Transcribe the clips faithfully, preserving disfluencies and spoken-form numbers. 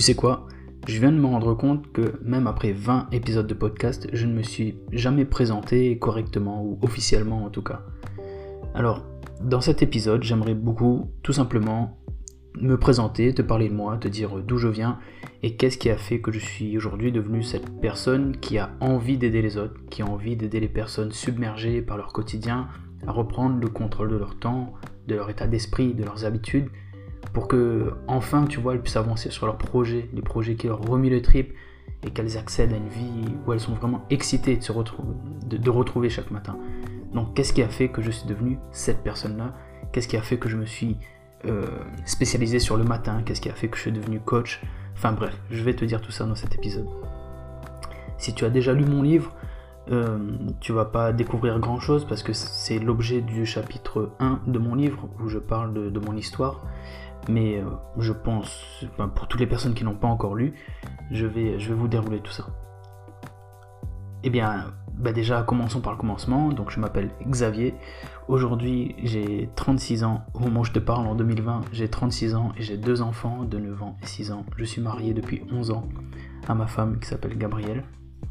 sais quoi? Je viens de me rendre compte que même après vingt épisodes de podcast, je ne me suis jamais présenté correctement, ou officiellement en tout cas. Alors, dans cet épisode, j'aimerais beaucoup, tout simplement, me présenter, te parler de moi, te dire d'où je viens et qu'est-ce qui a fait que je suis aujourd'hui devenu cette personne qui a envie d'aider les autres, qui a envie d'aider les personnes submergées par leur quotidien à reprendre le contrôle de leur temps, de leur état d'esprit, de leurs habitudes, pour que enfin, tu vois, elles puissent avancer sur leurs projets, les projets qui leur remuent le trip et qu'elles accèdent à une vie où elles sont vraiment excitées de se retrouver, de, de retrouver chaque matin. Donc, qu'est-ce qui a fait que je suis devenu cette personne-là? Qu'est-ce qui a fait que je me suis euh, spécialisé sur le matin? Qu'est-ce qui a fait que je suis devenu coach? Enfin bref, je vais te dire tout ça dans cet épisode. Si tu as déjà lu mon livre, euh, tu vas pas découvrir grand-chose parce que c'est l'objet du chapitre un de mon livre où je parle de, de mon histoire. Mais euh, je pense, ben, pour toutes les personnes qui n'ont pas encore lu, je vais, je vais vous dérouler tout ça. Eh bien, bah déjà, commençons par le commencement. Donc, je m'appelle Xavier. Aujourd'hui, j'ai trente-six ans. Au moment où je te parle, en deux mille vingt, j'ai trente-six ans et j'ai deux enfants de neuf ans et six ans. Je suis marié depuis onze ans à ma femme qui s'appelle Gabrielle.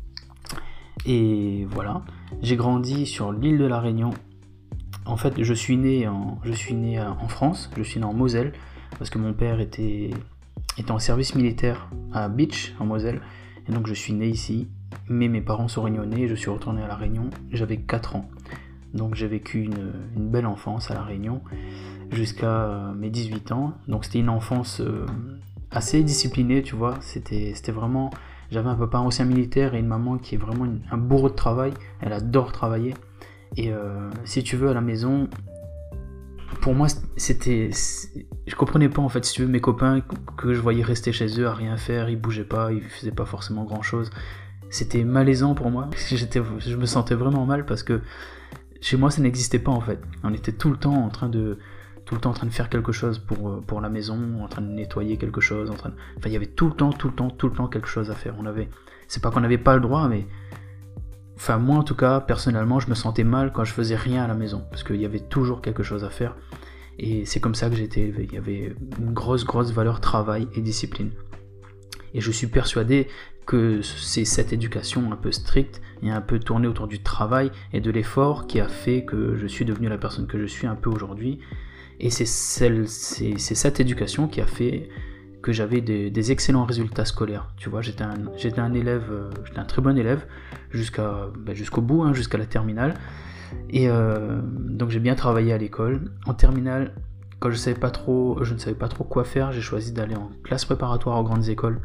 Et voilà, j'ai grandi sur l'île de la Réunion. En fait, je suis né en, je suis né en France, je suis né en Moselle, parce que mon père était, était en service militaire à Beach, en Moselle. Et donc, je suis né ici. Mais mes parents sont réunionnais, je suis retourné à La Réunion, j'avais quatre ans. Donc j'ai vécu une, une belle enfance à La Réunion jusqu'à mes dix-huit ans. Donc c'était une enfance euh, assez disciplinée, tu vois. C'était, c'était vraiment... J'avais un papa ancien militaire et une maman qui est vraiment une, un bourreau de travail. Elle adore travailler. Et euh, si tu veux, à la maison, pour moi, c'était... Je comprenais pas en fait, si tu veux, mes copains que je voyais rester chez eux à rien faire, ils bougeaient pas, ils faisaient pas forcément grand chose. C'était malaisant pour moi, J'étais, je me sentais vraiment mal parce que chez moi ça n'existait pas en fait. On était tout le temps en train de, tout le temps en train de faire quelque chose pour, pour la maison, en train de nettoyer quelque chose, en train de... Enfin il y avait tout le temps, tout le temps, tout le temps quelque chose à faire. On avait, c'est pas qu'on n'avait pas le droit, mais enfin moi en tout cas personnellement je me sentais mal quand je faisais rien à la maison parce qu'il y avait toujours quelque chose à faire et c'est comme ça que j'ai été élevé. Il y avait une grosse grosse valeur travail et discipline. Et je suis persuadé que c'est cette éducation un peu stricte et un peu tournée autour du travail et de l'effort qui a fait que je suis devenu la personne que je suis un peu aujourd'hui. Et c'est, celle, c'est, c'est cette éducation qui a fait que j'avais des, des excellents résultats scolaires. Tu vois, j'étais un, j'étais un élève, j'étais un très bon élève jusqu'à, ben jusqu'au bout, hein, jusqu'à la terminale. Et euh, donc j'ai bien travaillé à l'école. En terminale, quand je savais pas trop, je ne savais pas trop quoi faire, j'ai choisi d'aller en classe préparatoire aux grandes écoles.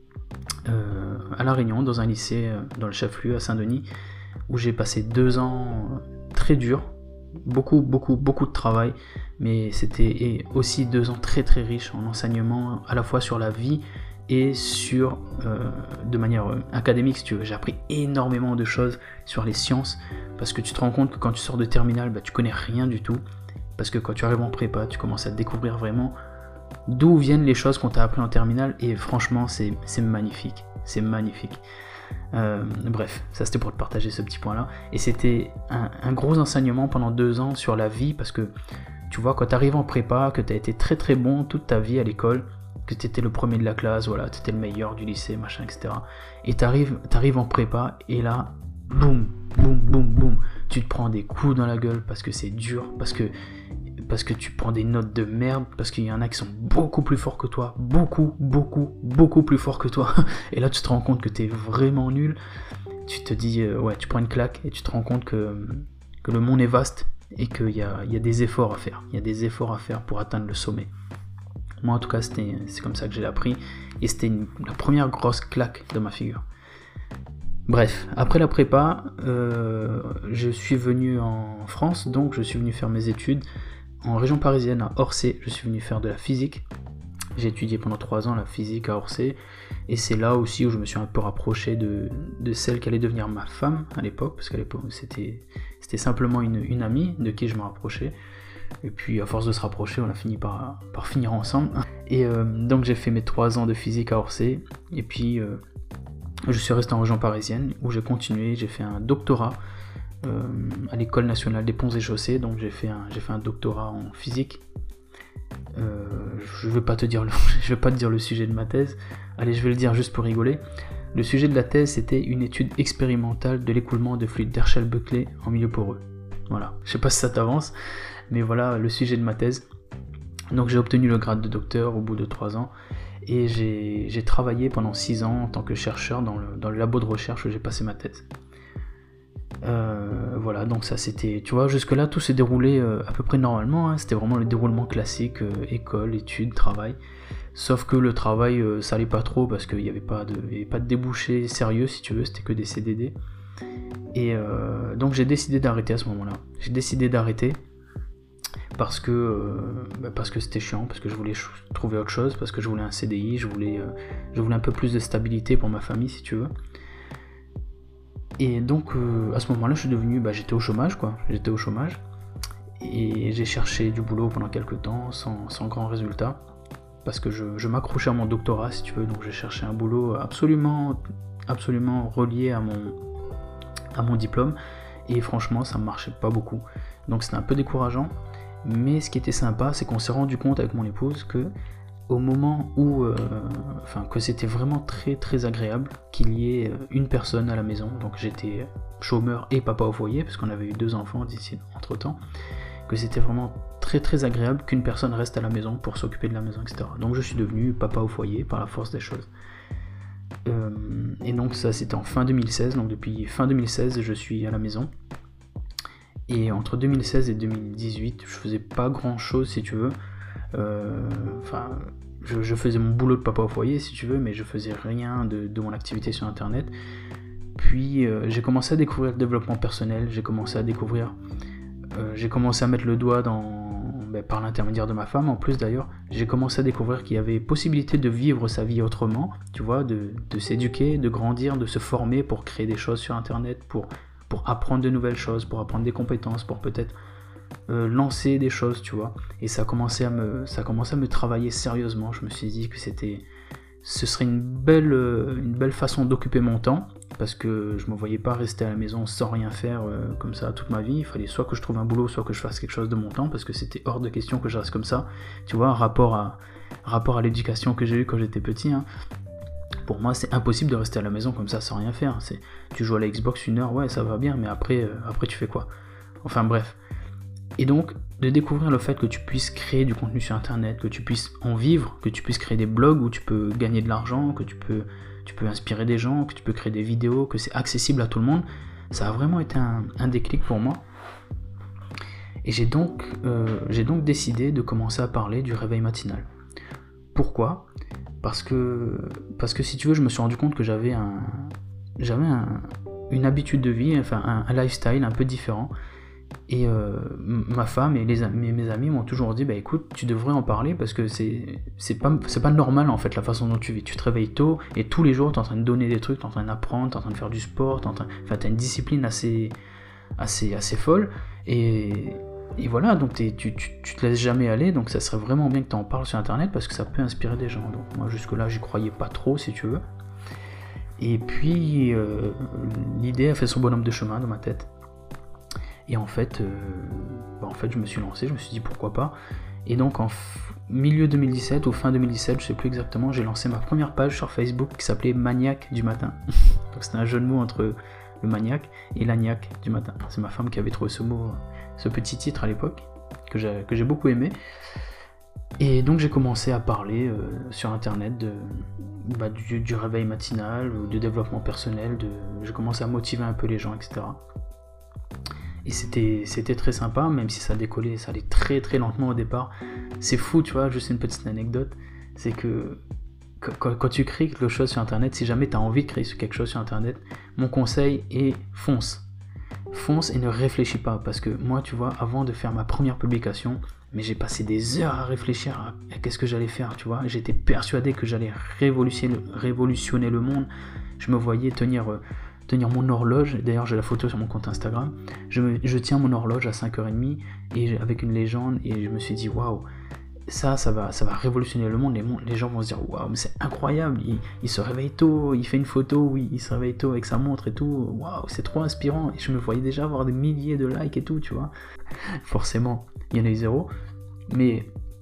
Euh, à La Réunion, dans un lycée euh, dans le chef-lieu à Saint-Denis, où j'ai passé deux ans euh, très durs, beaucoup, beaucoup, beaucoup de travail, mais c'était aussi deux ans très très riches en enseignement, à la fois sur la vie et sur, euh, de manière euh, académique si tu veux. J'ai appris énormément de choses sur les sciences, parce que tu te rends compte que quand tu sors de terminale, bah, tu connais rien du tout, parce que quand tu arrives en prépa, tu commences à découvrir vraiment d'où viennent les choses qu'on t'a appris en terminale, et franchement c'est, c'est magnifique, c'est magnifique. Euh, bref, ça c'était pour te partager ce petit point là, et c'était un, un gros enseignement pendant deux ans sur la vie, parce que tu vois, quand t'arrives en prépa, que t'as été très très bon toute ta vie à l'école, que t'étais le premier de la classe, voilà, t'étais le meilleur du lycée, machin, et cetera. Et t'arrives, t'arrives en prépa, et là, boum, boum, boum, boum, tu te prends des coups dans la gueule parce que c'est dur, parce que parce que tu prends des notes de merde, parce qu'il y en a qui sont beaucoup plus forts que toi, beaucoup, beaucoup, beaucoup plus forts que toi, et là tu te rends compte que t'es vraiment nul, tu te dis, euh, ouais, tu prends une claque, et tu te rends compte que, que le monde est vaste, et qu'il y a, il y a des efforts à faire, il y a des efforts à faire pour atteindre le sommet. Moi en tout cas, c'était, c'est comme ça que j'ai appris, et c'était une, la première grosse claque de ma figure. Bref, après la prépa, euh, je suis venu en France, donc je suis venu faire mes études en région parisienne, à Orsay. Je suis venu faire de la physique. J'ai étudié pendant trois ans la physique à Orsay, et c'est là aussi où je me suis un peu rapproché de, de celle qui allait devenir ma femme à l'époque, parce qu'à l'époque c'était, c'était simplement une, une amie de qui je me rapprochais, et puis à force de se rapprocher, on a fini par, par finir ensemble. Et euh, donc j'ai fait mes trois ans de physique à Orsay, et puis euh, je suis resté en région parisienne, où j'ai continué, j'ai fait un doctorat euh, à l'école nationale des ponts et chaussées, donc j'ai fait un, j'ai fait un doctorat en physique. Euh, je vais pas te dire le, je vais pas te dire le sujet de ma thèse. Allez, je vais le dire juste pour rigoler. Le sujet de la thèse, c'était une étude expérimentale de l'écoulement de fluide d'Herschel-Buckley en milieu poreux. Voilà, je sais pas si ça t'avance, mais voilà le sujet de ma thèse. Donc j'ai obtenu le grade de docteur au bout de trois ans, et j'ai, j'ai travaillé pendant six ans en tant que chercheur dans le, dans le labo de recherche où j'ai passé ma thèse. Euh, voilà, donc ça c'était, tu vois, jusque là tout s'est déroulé euh, à peu près normalement, hein, c'était vraiment le déroulement classique, euh, école, études, travail, sauf que le travail euh, ça allait pas trop parce qu'il n'y avait pas de, il y avait pas de débouché sérieux si tu veux, c'était que des C D D, et euh, donc j'ai décidé d'arrêter à ce moment là, j'ai décidé d'arrêter parce que, euh, bah parce que c'était chiant, parce que je voulais ch- trouver autre chose, parce que je voulais un C D I, je voulais, euh, je voulais un peu plus de stabilité pour ma famille si tu veux. Et donc euh, à ce moment-là, je suis devenu, bah, j'étais au chômage quoi, j'étais au chômage et j'ai cherché du boulot pendant quelques temps sans, sans grand résultat parce que je, je m'accrochais à mon doctorat si tu veux, donc j'ai cherché un boulot absolument, absolument relié à mon, à mon diplôme et franchement ça ne marchait pas beaucoup, donc c'était un peu décourageant. Mais ce qui était sympa, c'est qu'on s'est rendu compte avec mon épouse que au moment où, euh, enfin, que c'était vraiment très très agréable qu'il y ait une personne à la maison. Donc j'étais chômeur et papa au foyer parce qu'on avait eu deux enfants d'ici entre temps. Que c'était vraiment très très agréable qu'une personne reste à la maison pour s'occuper de la maison, et cetera. Donc je suis devenu papa au foyer par la force des choses. Euh, et donc ça c'était en fin deux mille seize. Donc depuis fin deux mille seize, je suis à la maison. Et entre deux mille seize et deux mille dix-huit, je faisais pas grand chose si tu veux. Euh, enfin, je, je faisais mon boulot de papa au foyer si tu veux, mais je faisais rien de, de mon activité sur internet. Puis euh, j'ai commencé à découvrir le développement personnel, j'ai commencé à découvrir, euh, j'ai commencé à mettre le doigt dans, ben, par l'intermédiaire de ma femme en plus d'ailleurs, j'ai commencé à découvrir qu'il y avait possibilité de vivre sa vie autrement, tu vois, de, de s'éduquer, de grandir, de se former pour créer des choses sur internet, pour, pour apprendre de nouvelles choses, pour apprendre des compétences, pour peut-être Euh, lancer des choses, tu vois, et ça a commencé à me, ça a commencé à me travailler sérieusement. Je me suis dit que c'était, ce serait une belle, euh, une belle façon d'occuper mon temps, parce que je me voyais pas rester à la maison sans rien faire euh, comme ça toute ma vie. Il fallait soit que je trouve un boulot, soit que je fasse quelque chose de mon temps, parce que c'était hors de question que je reste comme ça, tu vois, rapport à, rapport à l'éducation que j'ai eue quand j'étais petit, hein. Pour moi, c'est impossible de rester à la maison comme ça sans rien faire. C'est, tu joues à la Xbox une heure, ouais, ça va bien, mais après, euh, après tu fais quoi? Enfin bref. Et donc, de découvrir le fait que tu puisses créer du contenu sur internet, que tu puisses en vivre, que tu puisses créer des blogs où tu peux gagner de l'argent, que tu peux, tu peux inspirer des gens, que tu peux créer des vidéos, que c'est accessible à tout le monde, ça a vraiment été un, un déclic pour moi. Et j'ai donc, euh, j'ai donc décidé de commencer à parler du réveil matinal. Pourquoi ? Parce que, parce que si tu veux, je me suis rendu compte que j'avais, un, j'avais un, une habitude de vie, enfin un, un lifestyle un peu différent. Et euh, ma femme et les, mes, mes amis m'ont toujours dit, bah écoute, tu devrais en parler parce que c'est, c'est, pas, c'est pas normal en fait la façon dont tu vis. Tu te réveilles tôt et tous les jours tu es en train de donner des trucs, tu es en train d'apprendre, tu es en train de faire du sport, tu as une discipline assez, assez, assez folle. Et, et voilà, donc tu, tu, tu te laisses jamais aller, donc ça serait vraiment bien que tu en parles sur internet parce que ça peut inspirer des gens. Donc moi jusque là j'y croyais pas trop si tu veux. Et puis euh, l'idée a fait son bonhomme de chemin dans ma tête. Et en fait, euh, bah en fait, je me suis lancé, je me suis dit pourquoi pas. Et donc en f- milieu deux mille dix-sept ou fin deux mille dix-sept, je sais plus exactement, j'ai lancé ma première page sur Facebook qui s'appelait Maniac du matin. Donc c'était un jeu de mots entre le maniaque et l'agnac du matin. C'est ma femme qui avait trouvé ce mot, ce petit titre à l'époque, que j'ai, que j'ai beaucoup aimé. Et donc j'ai commencé à parler euh, sur internet de, bah, du, du réveil matinal, ou du développement personnel, de, j'ai commencé à motiver un peu les gens, et cetera. Et c'était, c'était très sympa, même si ça décollait, ça allait très très lentement au départ. C'est fou, tu vois, juste une petite anecdote, c'est que quand, quand tu crées quelque chose sur internet, si jamais tu as envie de créer quelque chose sur internet, mon conseil est fonce. Fonce et ne réfléchis pas, parce que moi, tu vois, avant de faire ma première publication, mais j'ai passé des heures à réfléchir à, à qu'est-ce que j'allais faire, tu vois. J'étais persuadé que j'allais révolutionner, révolutionner le monde. Je me voyais tenir... Euh, tenir mon horloge, d'ailleurs j'ai la photo sur mon compte Instagram, je, me, je tiens mon horloge à cinq heures trente et avec une légende, et je me suis dit waouh, ça, ça va, ça va révolutionner le monde, les, les gens vont se dire waouh, mais c'est incroyable, il, il se réveille tôt, il fait une photo, oui, il se réveille tôt avec sa montre et tout, waouh, c'est trop inspirant, et je me voyais déjà avoir des milliers de likes et tout, tu vois. Forcément, il y en a eu zéro, mais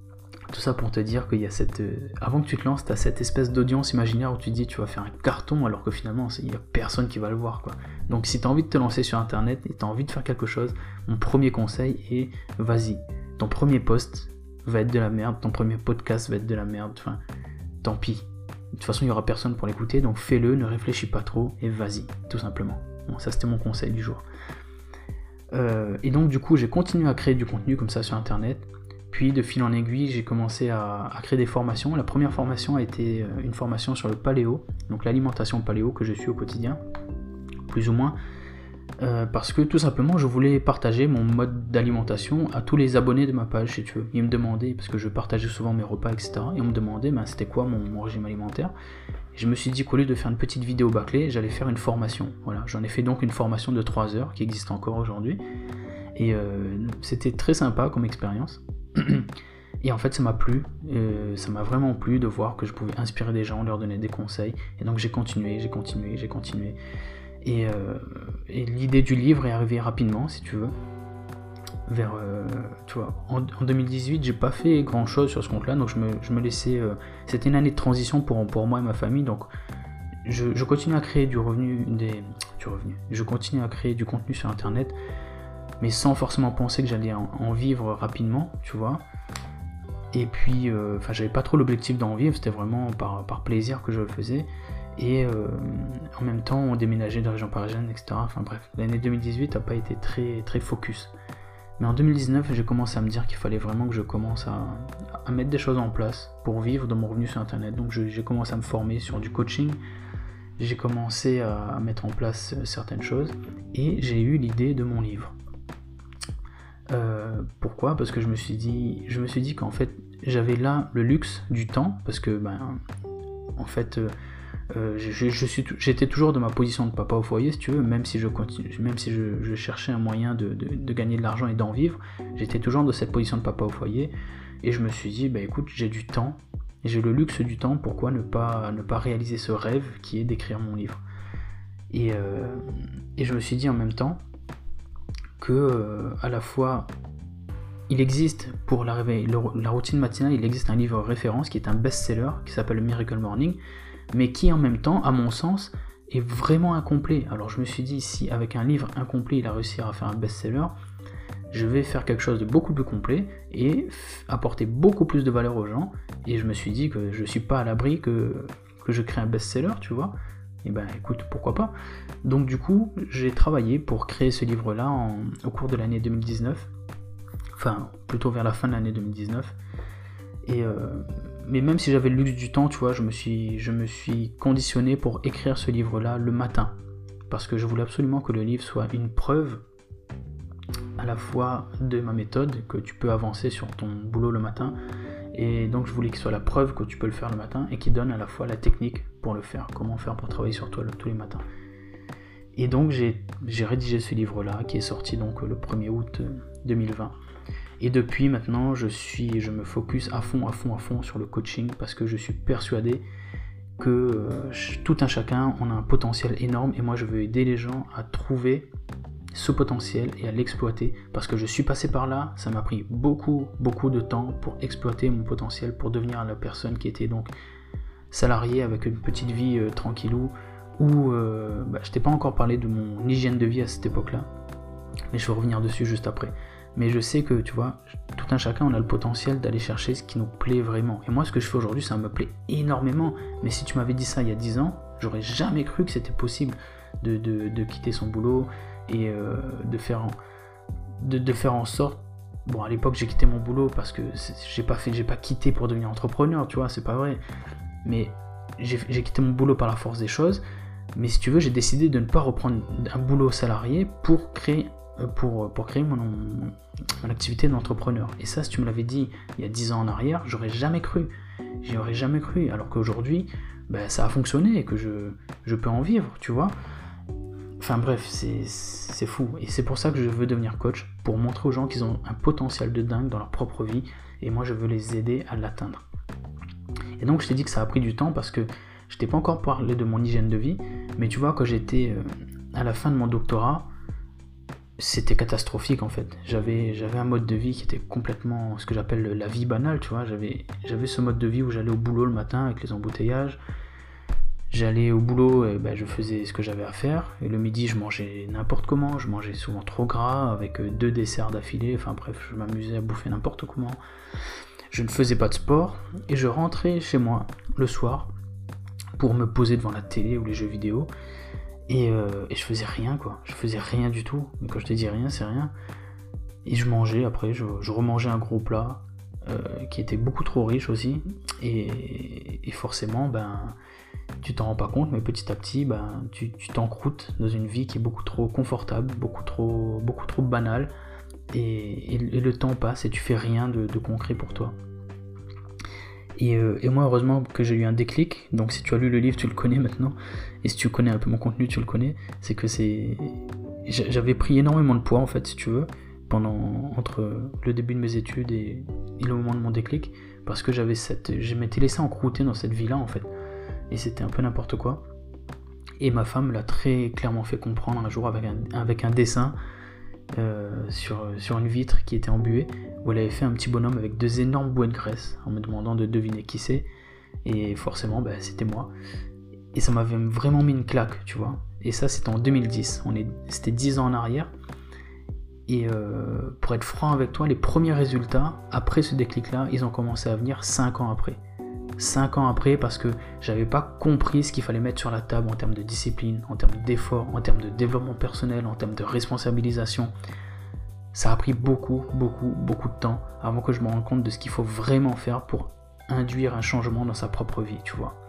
Tout ça pour te dire qu'il y a cette... Euh, avant que tu te lances, tu as cette espèce d'audience imaginaire où tu te dis tu vas faire un carton alors que finalement il n'y a personne qui va le voir, quoi. Donc si tu as envie de te lancer sur internet et tu as envie de faire quelque chose, mon premier conseil est vas-y. Ton premier post va être de la merde, ton premier podcast va être de la merde, enfin tant pis. De toute façon il n'y aura personne pour l'écouter, donc fais-le, ne réfléchis pas trop et vas-y, tout simplement. Bon, ça c'était mon conseil du jour. Euh, et donc du coup j'ai continué à créer du contenu comme ça sur internet. Puis de fil en aiguille, j'ai commencé à, à créer des formations. La première formation a été une formation sur le paléo, donc l'alimentation paléo que je suis au quotidien, plus ou moins, euh, parce que tout simplement je voulais partager mon mode d'alimentation à tous les abonnés de ma page, si tu veux. Ils me demandaient, parce que je partageais souvent mes repas, et cetera. Et on me demandait ben, c'était quoi mon, mon régime alimentaire. Et je me suis dit qu'au lieu de faire une petite vidéo bâclée, j'allais faire une formation. Voilà, j'en ai fait donc une formation de trois heures qui existe encore aujourd'hui. Et euh, c'était très sympa comme expérience. Et en fait ça m'a plu, euh, ça m'a vraiment plu de voir que je pouvais inspirer des gens, leur donner des conseils. Et donc j'ai continué, j'ai continué, j'ai continué. Et, euh, et l'idée du livre est arrivée rapidement, si tu veux. Vers, euh, tu vois, en, en deux mille dix-huit, j'ai pas fait grand chose sur ce compte-là, donc je me, je me laissais. Euh, c'était une année de transition pour, pour moi et ma famille, donc je, je continue à créer du revenu, des, du revenu. Je continue à créer du contenu sur internet, mais sans forcément penser que j'allais en, en vivre rapidement, tu vois. Et puis, euh, enfin, j'avais pas trop l'objectif d'en vivre, c'était vraiment par, par plaisir que je le faisais. Et euh, en même temps, on déménageait de la région parisienne, et cetera. Enfin bref, l'année deux mille dix-huit n'a pas été très, très focus. Mais en deux mille dix-neuf, j'ai commencé à me dire qu'il fallait vraiment que je commence à, à mettre des choses en place pour vivre de mon revenu sur internet. Donc je, j'ai commencé à me former sur du coaching. J'ai commencé à, à mettre en place certaines choses. Et j'ai eu l'idée de mon livre. Euh, pourquoi ? Parce que je me suis dit, je me suis dit qu'en fait j'avais là le luxe du temps, parce que ben en fait euh, euh, je, je suis, j'étais toujours de ma position de papa au foyer, si tu veux, même si je continue, même si je, je cherchais un moyen de, de, de gagner de l'argent et d'en vivre, j'étais toujours de cette position de papa au foyer, et je me suis dit, bah écoute, j'ai du temps, et j'ai le luxe du temps, pourquoi ne pas, ne pas réaliser ce rêve qui est d'écrire mon livre. Et, euh, et je me suis dit en même temps que euh, à la fois il existe pour la, réveil, le, la routine matinale, il existe un livre référence qui est un best-seller qui s'appelle Miracle Morning, mais qui en même temps, à mon sens, est vraiment incomplet. Alors je me suis dit, si avec un livre incomplet il a réussi à faire un best-seller, je vais faire quelque chose de beaucoup plus complet et f- apporter beaucoup plus de valeur aux gens. Et je me suis dit que je suis pas à l'abri que, que je crée un best-seller, tu vois. Et ben écoute, pourquoi pas. Donc du coup, j'ai travaillé pour créer ce livre-là en, au cours de l'année deux mille dix-neuf. Enfin, plutôt vers la fin de l'année deux mille dix-neuf. Et euh, mais même si j'avais le luxe du temps, tu vois, je me suis, je me suis conditionné pour écrire ce livre-là le matin. Parce que je voulais absolument que le livre soit une preuve à la fois de ma méthode, que tu peux avancer sur ton boulot le matin, et donc je voulais qu'il soit la preuve que tu peux le faire le matin, et qui donne à la fois la technique pour le faire, comment faire pour travailler sur toi le, tous les matins. Et donc j'ai, j'ai rédigé ce livre-là, qui est sorti donc le premier août deux mille vingt. Et depuis maintenant, je, suis, je me focus à fond, à fond, à fond sur le coaching, parce que je suis persuadé que euh, tout un chacun, on a un potentiel énorme, et moi je veux aider les gens à trouver ce potentiel et à l'exploiter, parce que je suis passé par là, ça m'a pris beaucoup, beaucoup de temps pour exploiter mon potentiel, pour devenir la personne qui était donc salariée avec une petite vie euh, tranquillou, où euh, bah, je t'ai pas encore parlé de mon hygiène de vie à cette époque-là, mais je vais revenir dessus juste après. Mais je sais que, tu vois, tout un chacun, on a le potentiel d'aller chercher ce qui nous plaît vraiment. Et moi, ce que je fais aujourd'hui, ça me plaît énormément. Mais si tu m'avais dit ça il y a dix ans, j'aurais jamais cru que c'était possible de, de, de quitter son boulot et euh, de, faire en, de, de faire en sorte... Bon, à l'époque, j'ai quitté mon boulot parce que j'ai pas fait, j'ai pas quitté pour devenir entrepreneur, tu vois, c'est pas vrai. Mais j'ai, j'ai quitté mon boulot par la force des choses. Mais si tu veux, j'ai décidé de ne pas reprendre un boulot salarié pour créer... Pour, pour créer mon, mon activité d'entrepreneur. Et ça, si tu me l'avais dit il y a dix ans en arrière, j'aurais jamais cru. J'y aurais jamais cru. Alors qu'aujourd'hui, ben, ça a fonctionné et que je, je peux en vivre, tu vois. Enfin bref, c'est, c'est fou. Et c'est pour ça que je veux devenir coach, pour montrer aux gens qu'ils ont un potentiel de dingue dans leur propre vie. Et moi, je veux les aider à l'atteindre. Et donc, je t'ai dit que ça a pris du temps parce que je t'ai pas encore parlé de mon hygiène de vie. Mais tu vois, quand j'étais à la fin de mon doctorat, c'était catastrophique en fait. J'avais, j'avais un mode de vie qui était complètement ce que j'appelle la vie banale, tu vois. J'avais, j'avais ce mode de vie où j'allais au boulot le matin avec les embouteillages. J'allais au boulot et ben, je faisais ce que j'avais à faire. Et le midi, je mangeais n'importe comment. Je mangeais souvent trop gras avec deux desserts d'affilée. Enfin bref, je m'amusais à bouffer n'importe comment. Je ne faisais pas de sport. Et je rentrais chez moi le soir pour me poser devant la télé ou les jeux vidéo. Et, euh, et je faisais rien, quoi. Je faisais rien du tout. Mais quand je te dis rien, c'est rien. Et je mangeais après. Je, je remangeais un gros plat euh, qui était beaucoup trop riche aussi. Et, et forcément, ben... tu t'en rends pas compte, mais petit à petit, ben, tu, tu t'encroutes dans une vie qui est beaucoup trop confortable, beaucoup trop, beaucoup trop banale, et, et, et le temps passe et tu fais rien de, de concret pour toi. Et, euh, et moi, heureusement que j'ai eu un déclic, donc si tu as lu le livre, tu le connais maintenant, et si tu connais un peu mon contenu, tu le connais, c'est que c'est... J'avais pris énormément de poids, en fait, si tu veux, pendant, entre le début de mes études et, et le moment de mon déclic, parce que j'avais cette... je m'étais laissé encrouter dans cette vie-là, en fait. Et c'était un peu n'importe quoi. Et ma femme l'a très clairement fait comprendre un jour avec un, avec un dessin euh, sur, sur une vitre qui était embuée, où elle avait fait un petit bonhomme avec deux énormes bouées de graisse, en me demandant de deviner qui c'est. Et forcément, bah, c'était moi. Et ça m'avait vraiment mis une claque, tu vois. Et ça, c'était en deux mille dix. On est, c'était dix ans en arrière. Et euh, pour être franc avec toi, les premiers résultats, après ce déclic-là, ils ont commencé à venir cinq ans après. cinq ans après, parce que j'avais pas compris ce qu'il fallait mettre sur la table en termes de discipline, en termes d'effort, en termes de développement personnel, en termes de responsabilisation. Ça a pris beaucoup, beaucoup, beaucoup de temps avant que je me rende compte de ce qu'il faut vraiment faire pour induire un changement dans sa propre vie, tu vois.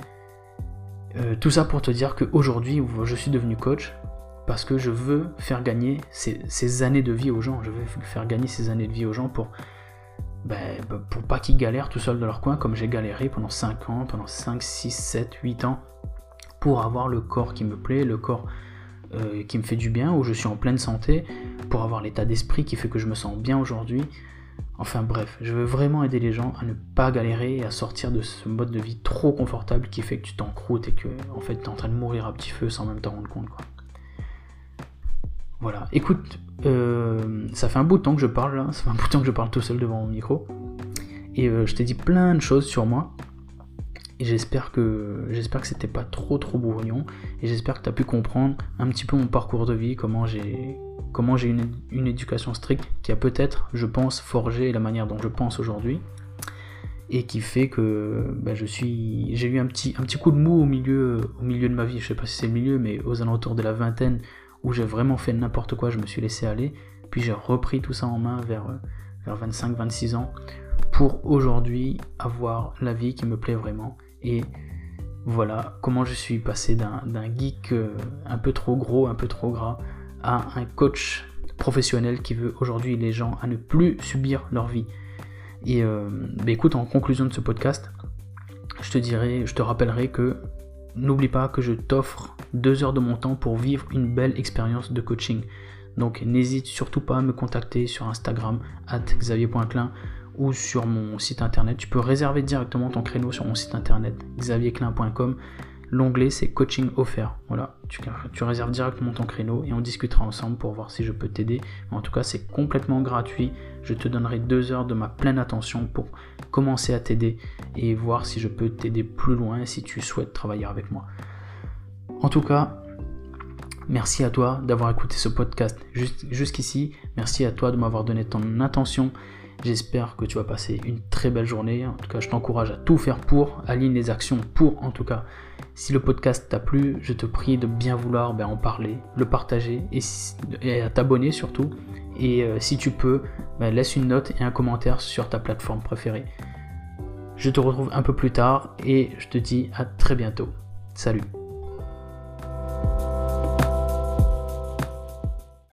Euh, tout ça pour te dire qu'aujourd'hui, je suis devenu coach parce que je veux faire gagner ces, ces années de vie aux gens. Je veux faire gagner ces années de vie aux gens pour... Ben, pour pas qu'ils galèrent tout seuls dans leur coin comme j'ai galéré pendant cinq ans, pendant cinq, six, sept, huit ans pour avoir le corps qui me plaît, le corps euh, qui me fait du bien, où je suis en pleine santé, pour avoir l'état d'esprit qui fait que je me sens bien aujourd'hui. Enfin bref, je veux vraiment aider les gens à ne pas galérer et à sortir de ce mode de vie trop confortable qui fait que tu t'encroutes et que en fait tu es en train de mourir à petit feu sans même t'en rendre compte, quoi. Voilà, écoute, euh, ça fait un bout de temps que je parle là, ça fait un bout de temps que je parle tout seul devant mon micro, et euh, je t'ai dit plein de choses sur moi, et j'espère que j'espère que c'était pas trop trop bourgnon, et j'espère que tu as pu comprendre un petit peu mon parcours de vie, comment j'ai comment j'ai une, une éducation stricte qui a peut-être, je pense, forgé la manière dont je pense aujourd'hui, et qui fait que bah, je suis, j'ai eu un petit, un petit coup de mou au milieu, au milieu de ma vie, je sais pas si c'est le milieu, mais aux alentours de la vingtaine, où j'ai vraiment fait n'importe quoi, je me suis laissé aller, puis j'ai repris tout ça en main vers, vers vingt-cinq vingt-six ans, pour aujourd'hui avoir la vie qui me plaît vraiment. Et voilà comment je suis passé d'un, d'un geek un peu trop gros, un peu trop gras, à un coach professionnel qui veut aujourd'hui les gens à ne plus subir leur vie. Et euh, bah écoute, en conclusion de ce podcast, je te dirai, je te rappellerai que n'oublie pas que je t'offre deux heures de mon temps pour vivre une belle expérience de coaching. Donc n'hésite surtout pas à me contacter sur Instagram arobase xavier point klein ou sur mon site internet. Tu peux réserver directement ton créneau sur mon site internet xavier klein point com. L'onglet c'est coaching offert. Voilà, tu, tu réserves directement ton créneau et on discutera ensemble pour voir si je peux t'aider. En tout cas, c'est complètement gratuit. Je te donnerai deux heures de ma pleine attention pour commencer à t'aider et voir si je peux t'aider plus loin si tu souhaites travailler avec moi. En tout cas, merci à toi d'avoir écouté ce podcast jusqu'ici. Merci à toi de m'avoir donné ton attention. J'espère que tu vas passer une très belle journée. En tout cas, je t'encourage à tout faire pour, aligne les actions pour, en tout cas. Si le podcast t'a plu, je te prie de bien vouloir ben, en parler, le partager et, et à t'abonner surtout. Et euh, si tu peux, ben, laisse une note et un commentaire sur ta plateforme préférée. Je te retrouve un peu plus tard et je te dis à très bientôt. Salut!